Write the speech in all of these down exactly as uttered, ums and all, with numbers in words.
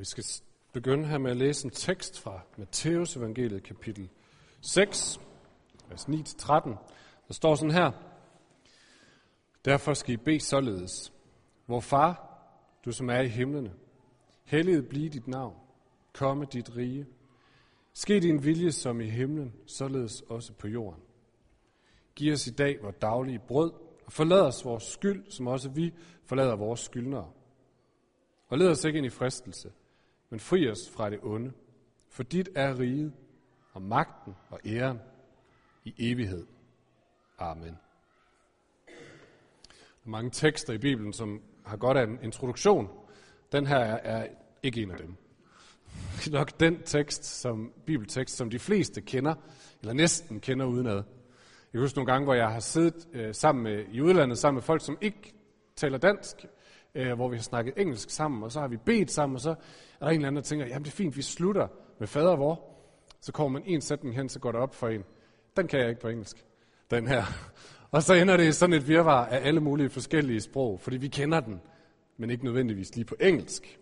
Vi skal begynde her med at læse en tekst fra Matteus evangeliet kapitel seks, vers ni til tretten. Der står sådan her: Derfor skal I bede således: Vor far, du som er i himlene, helliget blive dit navn, komme dit rige. Ske din vilje som i himlen, således også på jorden. Giv os i dag vores daglige brød, og forlad os vores skyld, som også vi forlader vores skyldnere. Og led os ikke ind i fristelse, men fri os fra det onde. For dit er riget, og magten og æren i evighed. Amen. Der er mange tekster i Bibelen, som har godt af en introduktion. Den her er, er ikke en af dem. Det er nok den tekst, som bibeltekst, som de fleste kender, eller næsten kender udenad. Jeg husker nogle gange, hvor jeg har siddet øh, sammen med, i udlandet sammen med folk, som ikke taler dansk, øh, hvor vi har snakket engelsk sammen, og så har vi bedt sammen, og så er der en eller anden, der tænker, jamen det er fint, vi slutter med fader vor. Så kommer man en sætning hen, så går det op for en. Den kan jeg ikke på engelsk, den her. Og så ender det i sådan et virvar af alle mulige forskellige sprog, fordi vi kender den, men ikke nødvendigvis lige på engelsk.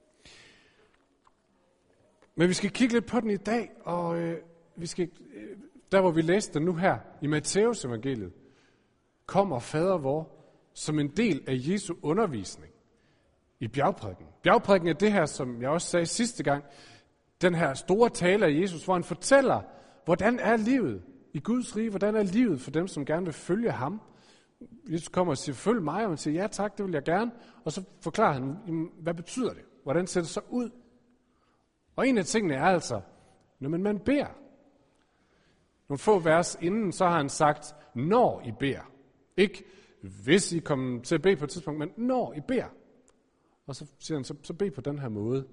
Men vi skal kigge lidt på den i dag, og øh, vi skal, øh, der hvor vi læste den nu her, i Matteus evangeliet, kommer fader vor som en del af Jesu undervisning i bjergprædiken. Bjergprædiken er det her, som jeg også sagde sidste gang, den her store tale af Jesus, hvor han fortæller, hvordan er livet i Guds rige, hvordan er livet for dem, som gerne vil følge ham. Jesus kommer og siger, følg mig, og han siger, ja tak, det vil jeg gerne, og så forklarer han, hvad betyder det? Hvordan ser det så ud? Og en af tingene er altså, når man beder. Nogle få vers inden, så har han sagt, når I beder. Ikke hvis I kommer til at bede på et tidspunkt, men når I beder. Og så siger han, så, så bed på den her måde.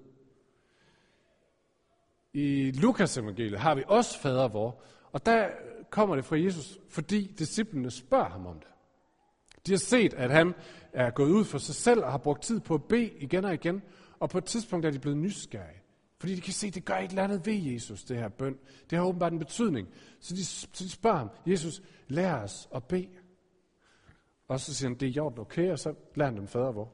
I Lukas evangeliet har vi også fader vor, og der kommer det fra Jesus, fordi disciplene spørger ham om det. De har set, at han er gået ud for sig selv og har brugt tid på at bede igen og igen, og på et tidspunkt er de blevet nysgerrige. Fordi de kan se, at det gør et eller andet ved Jesus, det her bøn. Det har åbenbart en betydning. Så de, så de spørger ham, Jesus, lær os at bede. Og så siger han, det er gjort okay, og så lærer han dem fader vor.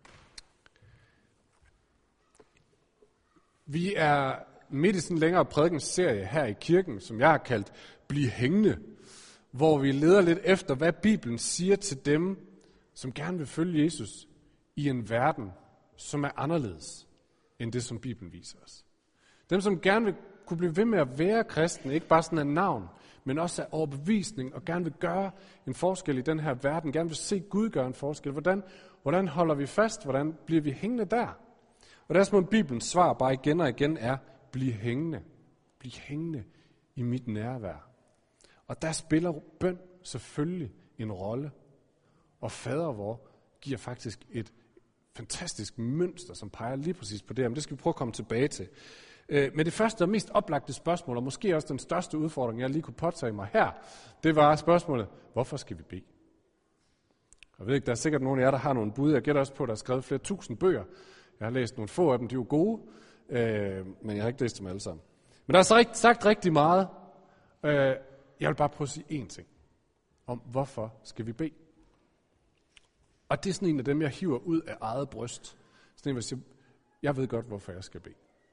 Vi er midt i sådan en længere prædikensserie her i kirken, som jeg har kaldt Bliv hængende, hvor vi leder lidt efter, hvad Bibelen siger til dem, som gerne vil følge Jesus i en verden, som er anderledes end det, som Bibelen viser os. Dem, som gerne vil kunne blive ved med at være kristne, ikke bare sådan af navn, men også af overbevisning, og gerne vil gøre en forskel i den her verden, gerne vil se Gud gøre en forskel. Hvordan, hvordan holder vi fast? Hvordan bliver vi hængende der? Og der er som om Bibelens svar bare igen og igen er, bliv hængende. Bliv hængende i mit nærvær. Og der spiller bøn selvfølgelig en rolle. Og fader vor giver faktisk et fantastisk mønster, som peger lige præcis på det. Men det skal vi prøve at komme tilbage til. Men det første og mest oplagte spørgsmål, og måske også den største udfordring, jeg lige kunne påtage mig her, det var spørgsmålet, hvorfor skal vi bede? Jeg ved ikke, der er sikkert nogle af jer, der har nogle bud. Jeg gætter også på, at der er skrevet flere tusind bøger. Jeg har læst nogle få af dem, de er jo gode, øh, men jeg har ikke læst dem alle sammen. Men der er så sagt rigtig meget. Øh, jeg vil bare prøve at sige én ting om, hvorfor skal vi bede? Og det er sådan en af dem, jeg hiver ud af eget bryst. Sådan en, jeg siger, jeg ved godt, hvorfor jeg skal bede.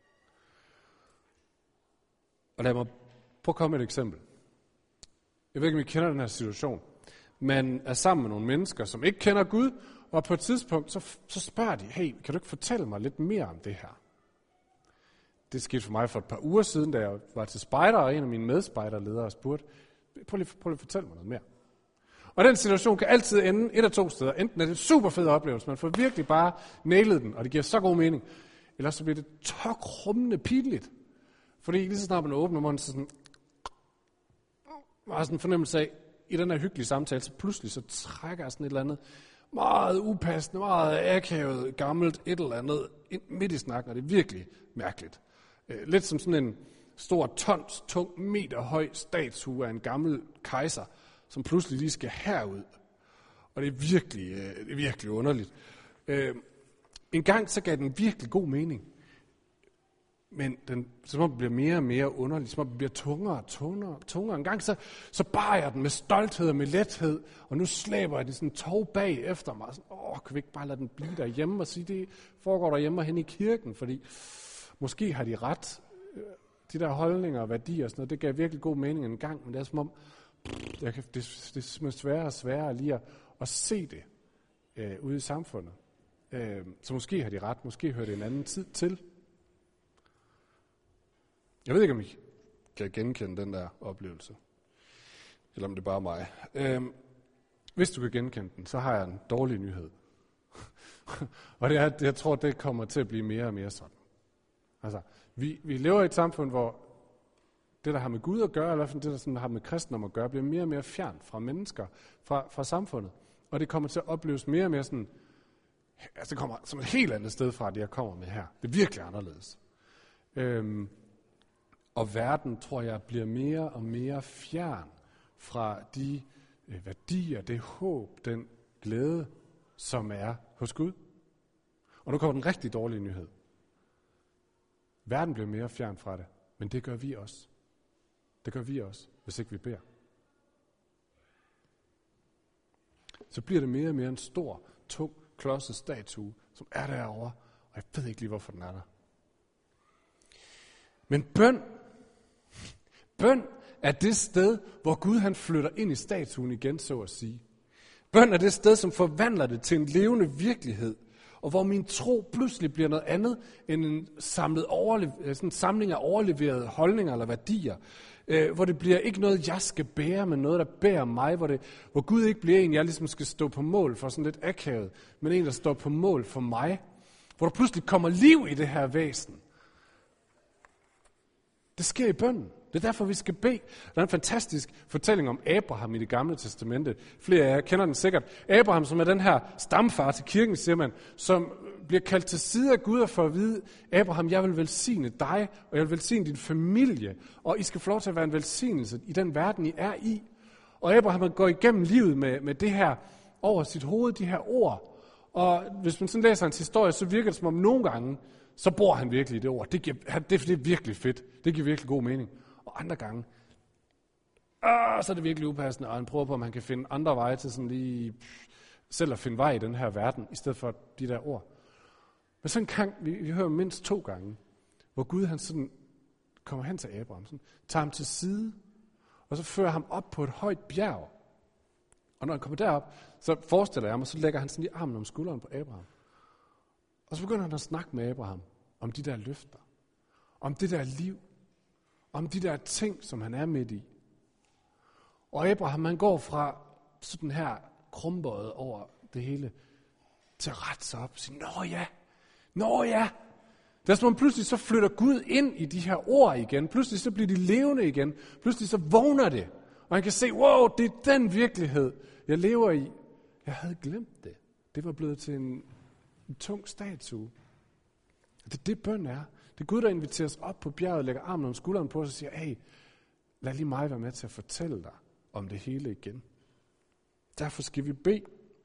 Og lad mig prøve at komme med et eksempel. Jeg ved ikke, om I kender den her situation. Man er sammen med nogle mennesker, som ikke kender Gud, og på et tidspunkt, så, så spørger de, hey, kan du ikke fortælle mig lidt mere om det her? Det skete for mig for et par uger siden, da jeg var til spejder, og en af mine medspejderledere spurgte, prøv lige, prøv lige at fortælle mig noget mere. Og den situation kan altid ende et af to steder. Enten er det en super fed oplevelse, man får virkelig bare nailet den, og det giver så god mening. Eller så bliver det tokrummende pinligt. Fordi lige så snart man åbner munden, så sådan, har sådan en fornemmelse af, i den her hyggelige samtale, så pludselig så trækker jeg sådan et eller andet meget upassende, meget akavet, gammelt et eller andet ind midt i snakken, og det er virkelig mærkeligt. Lidt som sådan en stor, tons, tung, meter høj statue af en gammel kejser, som pludselig lige skal herud. Og det er virkelig, det er virkelig underligt. En gang så gav den virkelig god mening. Men den, som om den bliver mere og mere underlig, som om den bliver tungere og tungere, tungere. En gang så, så bar jeg den med stolthed og med lethed, og nu slæber jeg den sådan tog bag efter mig. Sådan, åh, kan vi ikke bare lade den blive derhjemme og sige, det foregår derhjemme og hen i kirken, fordi måske har de ret. De der holdninger og værdier og sådan noget, det gav virkelig god mening en gang, men det er som om, pff, jeg kan, det, det er simpelthen sværere og sværere lige at, at se det øh, ude i samfundet. Øh, så måske har de ret, måske hører det en anden tid til. Jeg ved ikke, om I kan genkende den der oplevelse, eller om det er bare mig. Øh, hvis du kan genkende den, så har jeg en dårlig nyhed. Og det er, jeg tror, det kommer til at blive mere og mere sådan. Altså, vi, vi lever i et samfund, hvor det, der har med Gud at gøre, eller i hvert fald det, der sådan har med kristendom at gøre, bliver mere og mere fjernt fra mennesker, fra, fra samfundet. Og det kommer til at opleves mere og mere sådan, altså det kommer som et helt andet sted fra, det jeg kommer med her. Det er virkelig anderledes. Øhm, og verden, tror jeg, bliver mere og mere fjern fra de øh, værdier, det håb, den glæde, som er hos Gud. Og nu kommer den rigtig dårlige nyhed. Verden bliver mere fjern fra det, men det gør vi også. Det gør vi også, hvis ikke vi beder. Så bliver det mere og mere en stor, tung, klodset statue, som er derovre, og jeg ved ikke lige, hvorfor den er der. Men bøn, bøn er det sted, hvor Gud han flytter ind i statuen igen, så at sige. Bøn er det sted, som forvandler det til en levende virkelighed, og hvor min tro pludselig bliver noget andet end en, samlet overle- sådan en samling af overleverede holdninger eller værdier. Øh, hvor det bliver ikke noget, jeg skal bære, men noget, der bærer mig. Hvor, det, hvor Gud ikke bliver en, jeg ligesom skal stå på mål for sådan lidt akavet, men en, der står på mål for mig. Hvor der pludselig kommer liv i det her væsen. Det sker i bønnen. Det er derfor, vi skal bede. Der er en fantastisk fortælling om Abraham i Det Gamle Testamente. Flere af jer kender den sikkert. Abraham, som er den her stamfar til kirken, siger man, som bliver kaldt til side af Gud og for at vide, Abraham, jeg vil velsigne dig, og jeg vil velsigne din familie, og I skal få lov til at være en velsignelse i den verden, I er i. Og Abraham går igennem livet med, med det her over sit hoved, de her ord. Og hvis man sådan læser hans historie, så virker det som om nogle gange, så bor han virkelig i det ord. Det, giver, det, det er virkelig fedt. Det giver virkelig god mening. Og andre gange, øh, så er det virkelig upassende, og han prøver på, om han kan finde andre veje til sådan lige pff, selv at finde vej i den her verden, i stedet for de der ord. Men så en gang, vi, vi hører mindst to gange, hvor Gud han sådan kommer hen til Abraham, sådan, tager ham til side, og så fører ham op på et højt bjerg. Og når han kommer derop, så forestiller jeg mig, så lægger han sådan lige armen om skulderen på Abraham. Og så begynder han at snakke med Abraham om de der løfter, om det der liv, om de der ting, som han er midt i. Og Abraham, han går fra sådan her krumbøjet over det hele, til at rette sig op og sige, nå ja, nå ja. Det er som om pludselig så flytter Gud ind i de her ord igen. Pludselig så bliver de levende igen. Pludselig så vågner det. Og han kan se, wow, det er den virkelighed, jeg lever i. Jeg havde glemt det. Det var blevet til en, en tung statue. Det er det, bøn er. Det er Gud, der inviterer os op på bjerget, lægger armen om skulderen på os og siger, hey, lad lige mig være med til at fortælle dig om det hele igen. Derfor skal vi bede.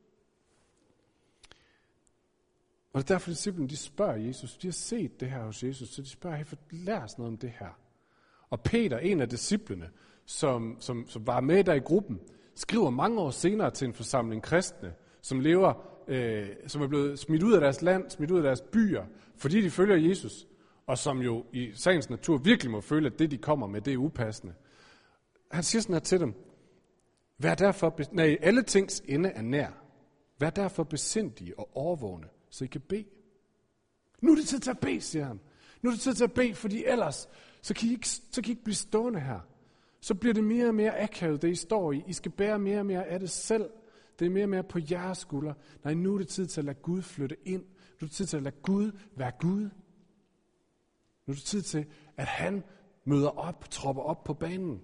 Og det er derfor, disciplene, de spørger Jesus. De har set det her hos Jesus, så de spørger, hey, lær os noget om det her. Og Peter, en af disciplene, som, som, som var med der i gruppen, skriver mange år senere til en forsamling kristne, som lever, øh, som er blevet smidt ud af deres land, smidt ud af deres byer, fordi de følger Jesus, og som jo i sagens natur virkelig må føle, at det, de kommer med, det er upassende. Han siger sådan her til dem, vær derfor, nej, alle tings ende er nær. Vær derfor besindige og overvågne, så I kan bede. Nu er det tid til at bede, siger han. Nu er det tid til at bede, fordi ellers, så kan I ikke, så kan I ikke blive stående her. Så bliver det mere og mere akavet, det I står i. I skal bære mere og mere af det selv. Det er mere og mere på jeres skulder. Nej, nu er det tid til at lade Gud flytte ind. Nu er det tid til at lade Gud være Gud. Nu er det tid til, at han møder op, tropper op på banen.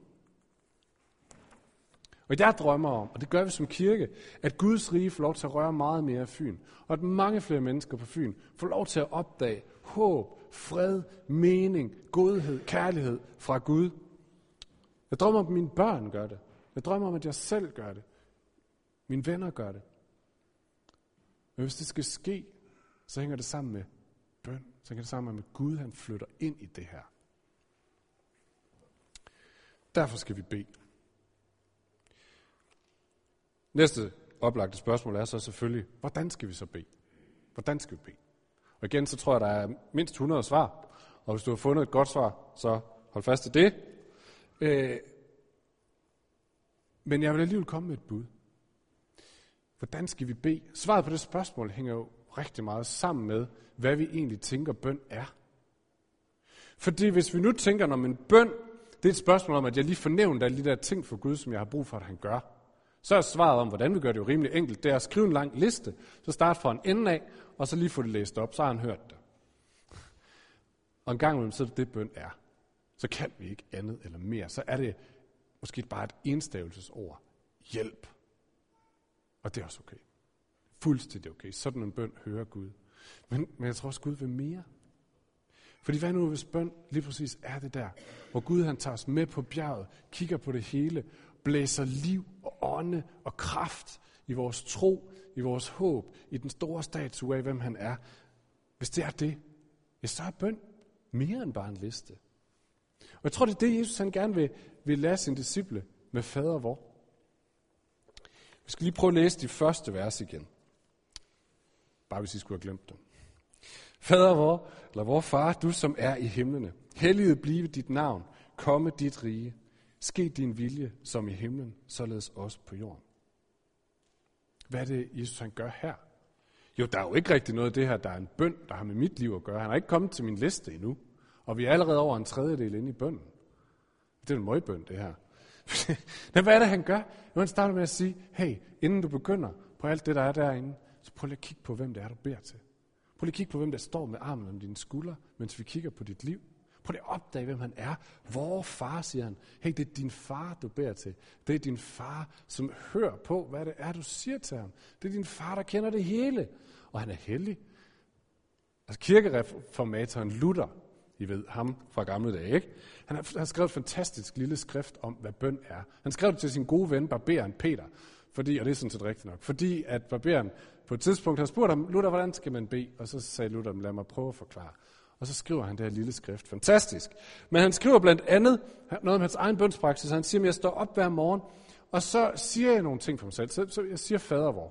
Og jeg drømmer om, og det gør vi som kirke, at Guds rige får lov til at røre meget mere af Fyn. Og at mange flere mennesker på Fyn får lov til at opdage håb, fred, mening, godhed, kærlighed fra Gud. Jeg drømmer om, at mine børn gør det. Jeg drømmer om, at jeg selv gør det. Mine venner gør det. Men hvis det skal ske, så hænger det sammen med bøn, så kan det sammen med, at Gud han flytter ind i det her. Derfor skal vi bede. Næste oplagte spørgsmål er så selvfølgelig, hvordan skal vi så bede? Hvordan skal vi bede? Og igen, så tror jeg, der er mindst hundrede svar. Og hvis du har fundet et godt svar, så hold fast til det. Øh, men jeg vil alligevel komme med et bud. Hvordan skal vi bede? Svaret på det spørgsmål hænger jo rigtig meget sammen med, hvad vi egentlig tænker bøn er. Fordi hvis vi nu tænker, når en bøn, det er et spørgsmål om, at jeg lige fornævner alle de der ting for Gud, som jeg har brug for, at han gør. Så er svaret om, hvordan vi gør det jo rimelig enkelt. Det er at skrive en lang liste, så start fra en ende af, og så lige få det læst op, så har han hørt det. Og en gang imellem, så er det det, bøn er. Så kan vi ikke andet eller mere. Så er det måske bare et enstavelsesord. Hjælp. Og det er også okay. Fuldstændig okay. Sådan en bøn hører Gud. Men, men jeg tror også, Gud vil mere. Fordi hvad nu, hvis bøn lige præcis er det der, hvor Gud han tager os med på bjerget, kigger på det hele, blæser liv og ånde og kraft i vores tro, i vores håb, i den store statue af, hvem han er. Hvis det er det, ja, så er bøn mere end bare en liste. Og jeg tror, det er det, Jesus han gerne vil, vil lære sine disciple med fader vor. Vi skal lige prøve at læse de første vers igen. Bare hvis I skulle have glemt dem. Fader vor, eller vor far, du som er i himlene. Helliget blive dit navn. Komme dit rige. Ske din vilje, som i himlen, således også på jorden. Hvad er det, Jesus han gør her? Jo, der er jo ikke rigtig noget af det her, der er en bøn, der har med mit liv at gøre. Han har ikke kommet til min liste endnu. Og vi er allerede over en tredjedel inde i bønnen. Det er en møgbøn, det her. Men hvad er det, han gør? Jo, han starter med at sige, hey, inden du begynder på alt det, der er derinde, så prøv lige at kigge på, hvem det er, du beder til. Prøv lige at kigge på, hvem der står med armen om dine skuldre, mens vi kigger på dit liv. Prøv lige at opdage, hvem han er. Hvor far, siger han. Hey, det er din far, du beder til. Det er din far, som hører på, hvad det er, du siger til ham. Det er din far, der kender det hele. Og han er hellig. Altså kirkereformatoren Luther, I ved, ham fra gamle dage, ikke? Han har, han har skrevet et fantastisk lille skrift om, hvad bøn er. Han skrev det til sin gode ven, barberen Peter. Fordi, og det er sådan set rigtigt nok, fordi at barberen på et tidspunkt har spurgt ham, Luther, hvordan skal man bede? Og så sagde Luther, lad mig prøve at forklare. Og så skriver han det her lille skrift. Fantastisk. Men han skriver blandt andet noget om hans egen bønspraksis. Han siger, at jeg står op hver morgen, og så siger jeg nogle ting for mig selv. Så, så jeg siger fader vor.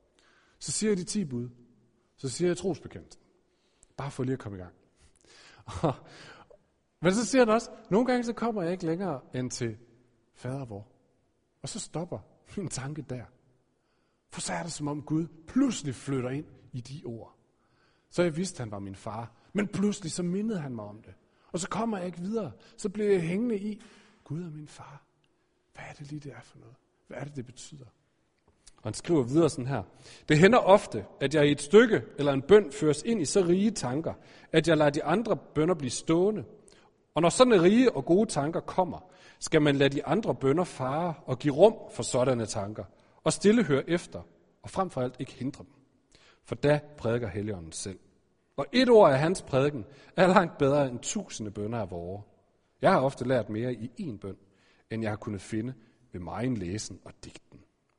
Så siger jeg de ti bud. Så siger jeg trosbekendelsen. Bare for lige at komme i gang. Og, men så siger han også, nogle gange så kommer jeg ikke længere end til fader vor. Og så stopper min tanke der. For så er det som om Gud pludselig flytter ind i de ord. Så jeg vidste, at han var min far. Men pludselig så mindede han mig om det. Og så kommer jeg ikke videre. Så bliver jeg hængende i, Gud er min far. Hvad er det lige, det er for noget? Hvad er det, det betyder? Og han skriver videre sådan her. Det hænder ofte, at jeg i et stykke eller en bøn føres ind i så rige tanker, at jeg lader de andre bønner blive stående. Og når sådan rige og gode tanker kommer, skal man lade de andre bønner fare og give rum for sådanne tanker, og stille høre efter, og frem for alt ikke hindre dem. For da prædiker Helligånden selv. Og et ord af hans prædiken er langt bedre end tusinde bønner af vore. Jeg har ofte lært mere i én bøn, end jeg har kunnet finde ved megen læsen og digten.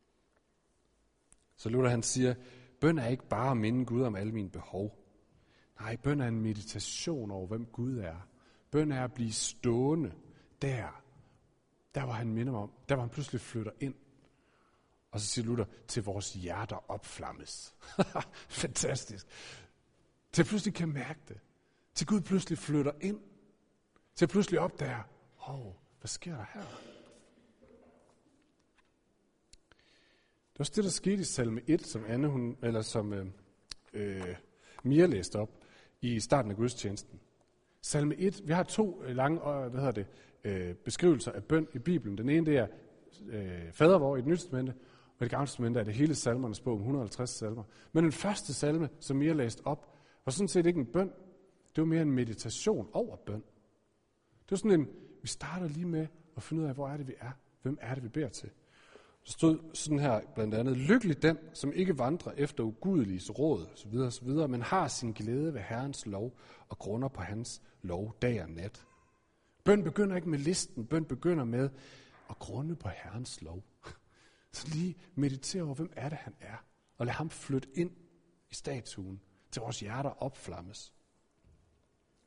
Så Luther han siger, bøn er ikke bare at minde Gud om alle mine behov. Nej, bøn er en meditation over, hvem Gud er. Bøn er at blive stående der, der hvor han minder mig om, der hvor han pludselig flytter ind. Og så siger Luther, til vores hjerter opflammes. Fantastisk. Til pludselig kan mærke det. Til Gud pludselig flytter ind. Til pludselig opdager, åh, oh, hvad sker der her? Det var også det, der skete i salme et, som Anne, hun, eller som øh, øh, Mia læste op i starten af gudstjenesten. Salme et, vi har to lange hvad hedder det, øh, beskrivelser af bøn i Bibelen. Den ene, det er øh, fader vor i det nye testamente, og i det gamle testamente er det hele salmernes bog, et hundrede og halvtreds salmer. Men den første salme, som Mia læste op, var sådan set ikke en bøn. Det var mere en meditation over bøn. Det var sådan en, vi starter lige med at finde ud af, hvor er det, vi er. Hvem er det, vi beder til? Så stod sådan her blandt andet, lykkelig den, som ikke vandrer efter ugudeliges råd, osv., osv., men har sin glæde ved Herrens lov og grunder på hans lov dag og nat. Bøn begynder ikke med listen, bøn begynder med at grunde på Herrens lov. Så lige meditere over, hvem er det, han er, og lad ham flytte ind i statuen, til vores hjerter opflammes.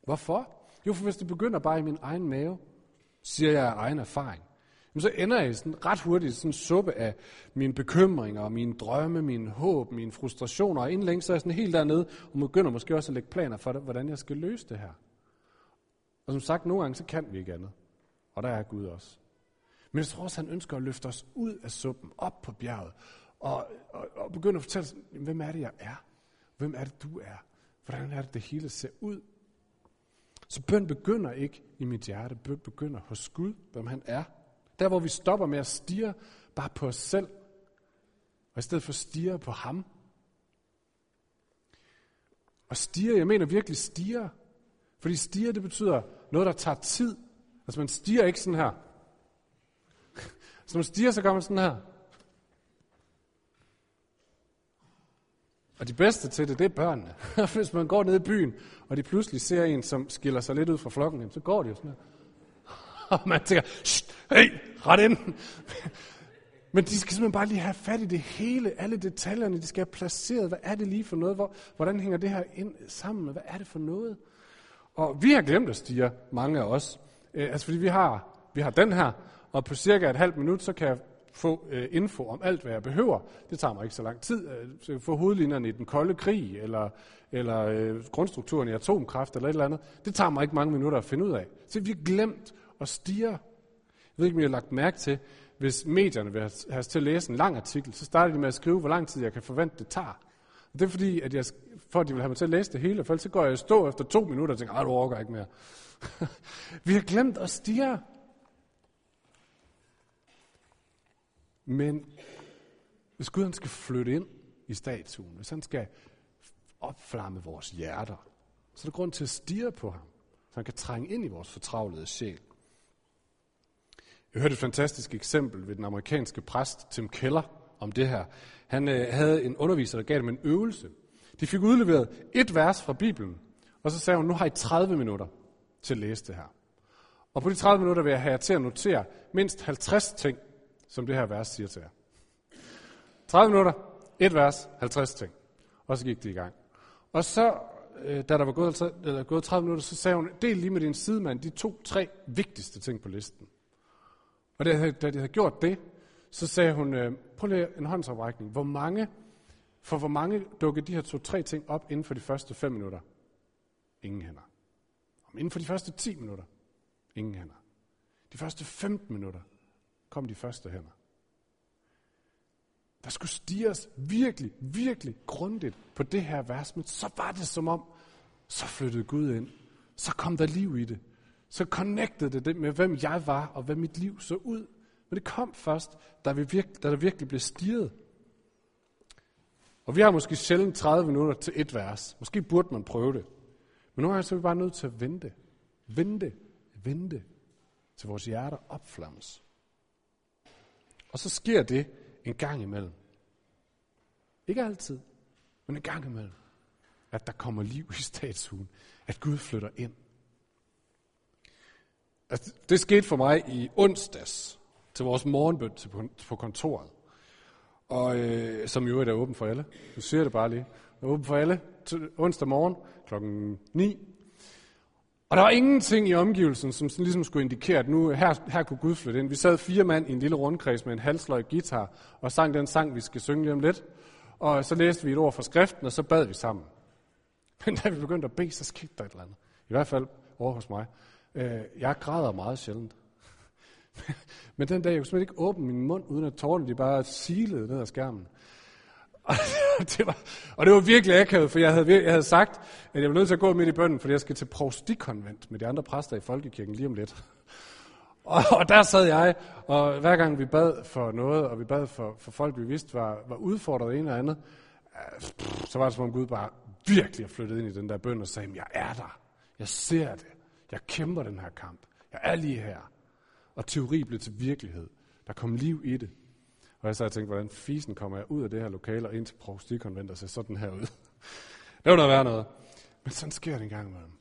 Hvorfor? Jo, for hvis det begynder bare i min egen mave, siger jeg af egen erfaring, så ender jeg sådan ret hurtigt i sådan en suppe af mine bekymringer, mine drømme, mine håb, mine frustrationer, og inden længe så er jeg sådan helt dernede, og begynder måske også at lægge planer for, hvordan jeg skal løse det her. Og som sagt, nogle gange så kan vi ikke andet, og der er Gud også. Men jeg tror også, han ønsker at løfte os ud af suppen, op på bjerget, og, og, og begynde at fortælle, hvem er det, jeg er? Hvem er det, du er? Hvordan er det, det hele ser ud? Så bøn begynder ikke i mit hjerte, bøn begynder hos Gud, hvem han er. Der, hvor vi stopper med at stirre bare på os selv, og i stedet for at stirre på ham. Og stirre, jeg mener virkelig stirre, fordi stirre, det betyder noget, der tager tid. Altså man stirrer ikke sådan her. Så når man stirrer, så gør man sådan her. Og de bedste til det, det er børnene. Hvis man går ned i byen, og de pludselig ser en, som skiller sig lidt ud fra flokken, så går de jo sådan her. Og man tænker, hey, ret ind. Men de skal simpelthen bare lige have fat i det hele, alle detaljerne, de skal have placeret. Hvad er det lige for noget? Hvor, hvordan hænger det her ind sammen? Hvad er det for noget? Og vi har glemt at stirre, mange af os. Øh, altså fordi vi har, vi har den her, og på cirka et halvt minut, så kan jeg få øh, info om alt, hvad jeg behøver. Det tager mig ikke så lang tid. Øh, så jeg få hovedlinjerne i den kolde krig, eller, eller øh, grundstrukturen i atomkraft, eller et eller andet. Det tager mig ikke mange minutter at finde ud af. Så vi har glemt at stirre. Jeg ved ikke, om I har lagt mærke til, hvis medierne vil have os til at læse en lang artikel, så starter de med at skrive, hvor lang tid jeg kan forvente, det tager. Og det er fordi, at jeg, for at de vil have mig til at læse det hele, for ellers så går jeg i stå efter to minutter og tænker, ej, du orker ikke mere. Vi har glemt at stirre. Men hvis Gud han skal flytte ind i statuen, hvis han skal opflamme vores hjerter, så er der grund til at stirre på ham, så han kan trænge ind i vores fortravlede sjæl. Jeg hørte et fantastisk eksempel ved den amerikanske præst Tim Keller om det her. Han øh, havde en underviser, der gav dem en øvelse. De fik udleveret et vers fra Bibelen, og så sagde hun, nu har I tredive minutter til at læse det her. Og på de tredive minutter vil jeg have jer til at notere mindst halvtreds ting, som det her vers siger til jer. tredive minutter, et vers, halvtreds ting. Og så gik det i gang. Og så, øh, da der var gået, eller gået tredive minutter, så sagde hun, del lige med din sidemand de to, tre vigtigste ting på listen. Og da, da de havde gjort det, så sagde hun, øh, prøv lige en håndsoprækning. Hvor mange, for hvor mange dukkede de her to-tre ting op inden for de første fem minutter? Ingen hænder. Og inden for de første ti minutter? Ingen hænder. De første femten minutter kom de første hænder. Der skulle stirres virkelig, virkelig grundigt på det her vers, men så var det som om, så flyttede Gud ind. Så kom der liv i det. Så connectede det med, hvem jeg var, og hvad mit liv så ud. Men det kom først, da, vi virke, da der virkelig blev stirret. Og vi har måske sjældent tredive minutter til et vers. Måske burde man prøve det. Men nogle gange så er vi bare nødt til at vente. Vente, vente, til vores hjerter opflammes. Og så sker det en gang imellem. Ikke altid, men en gang imellem. At der kommer liv i statuen. At Gud flytter ind. Altså, det skete for mig i onsdags til vores morgenbøn på kontoret. Og øh, som jo er åben for alle. Du siger det bare lige. Det er åben for alle til onsdag morgen klokken ni. Og der var ingenting i omgivelsen, som sådan ligesom skulle indikere, at nu her, her kunne Gud flytte ind. Vi sad fire mand i en lille rundkreds med en halvsløj guitar og sang den sang, vi skal synge lige om lidt. Og så læste vi et ord fra skriften, og så bad vi sammen. Men da vi begyndte at bede, så skete der et eller andet. I hvert fald over hos mig. Jeg græder meget sjældent. Men den dag, jeg kunne simpelthen ikke åbne min mund, uden at tårerne de bare silede ned ad skærmen. Og det, var, og det var virkelig akavet, for jeg havde, jeg havde sagt, at jeg var nødt til at gå midt i bønnen, fordi jeg skal til provstikonvent med de andre præster i folkekirken lige om lidt. Og, og der sad jeg, og hver gang vi bad for noget, og vi bad for, for folk, vi vidste var, var udfordret en eller andet, så var det som om Gud bare virkelig flyttede ind i den der bøn og sagde, jeg er der, jeg ser det, jeg kæmper den her kamp, jeg er lige her. Og teori blev til virkelighed. Der kom liv i det. Og jeg så tænkte, hvordan fisen kommer jeg ud af det her lokale og ind til provstikonvent og ser sådan her ud. Det var noget værd noget. Men sådan sker det en gang imellem.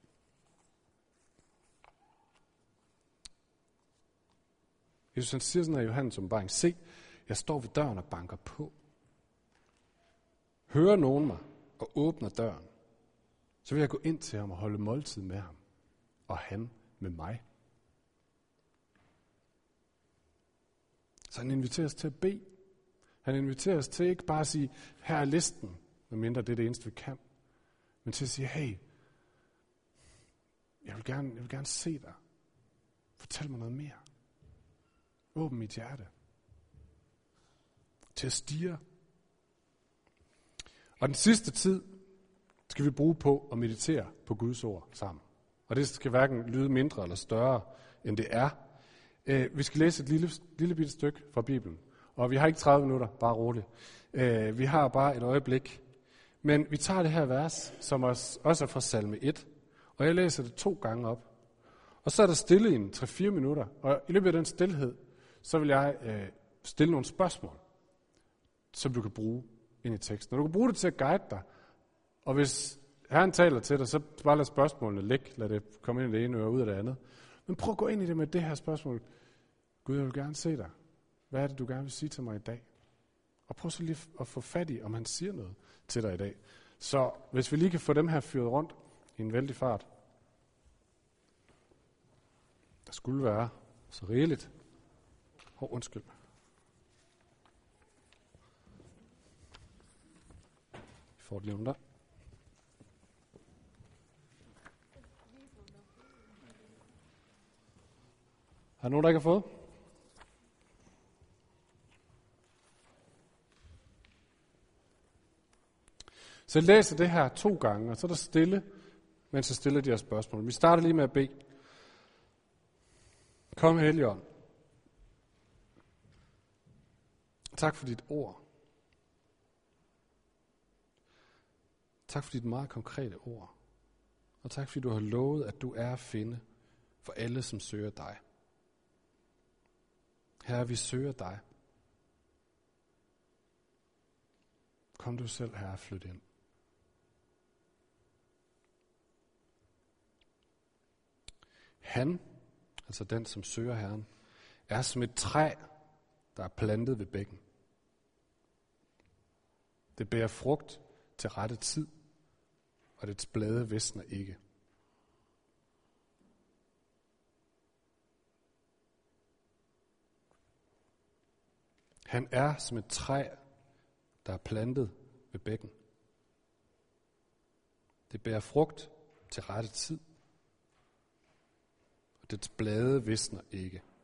Jesus han siger sådan her i Johannes åbenbaring, se, jeg står ved døren og banker på. Hører nogen mig og åbner døren, så vil jeg gå ind til ham og holde måltid med ham, og han med mig. Så han inviterer os til at bede. Han inviterer os til ikke bare at sige, her er listen, medmindre det er det eneste, vi kan, men til at sige, hey, jeg vil gerne, jeg vil gerne se dig. Fortæl mig noget mere. Åbn mit hjerte. Til at stirre. Og den sidste tid skal vi bruge på at meditere på Guds ord sammen. Og det skal hverken lyde mindre eller større, end det er. Vi skal læse et lille, lille bitte stykke fra Bibelen. Og vi har ikke tredive minutter, bare roligt. Vi har bare et øjeblik. Men vi tager det her vers, som også er fra salme et. Og jeg læser det to gange op. Og så er der stille i en tre fire minutter. Og i løbet af den stillhed, så vil jeg øh, stille nogle spørgsmål, som du kan bruge ind i teksten. Og du kan bruge det til at guide dig. Og hvis Herren taler til dig, så bare lad spørgsmålene ligge. Lad det komme ind i det ene og ud af det andet. Men prøv at gå ind i det med det her spørgsmål. Gud, jeg vil gerne se dig. Hvad er det, du gerne vil sige til mig i dag? Og prøv så lige at få fat i, om han siger noget til dig i dag. Så hvis vi lige kan få dem her fyret rundt i en vældig fart. Der skulle være så rigeligt. Åh, oh, undskyld. Vi får det lige om der. Har nogen, der ikke har fået? Så jeg læser det her to gange, og så er der stille, mens jeg stiller de her spørgsmål. Vi starter lige med at bede. Kom, Helligånd. Tak for dit ord. Tak for dit meget konkrete ord. Og tak fordi du har lovet, at du er at finde for alle, som søger dig. Herre, vi søger dig. Kom du selv, Herre, flyt ind. Han, altså den, som søger Herren, er som et træ, der er plantet ved bækken. Det bærer frugt til rette tid, og dets blade visner ikke. Han er som et træ, der er plantet ved bækken. Det bærer frugt til rette tid, og dets blade visner ikke.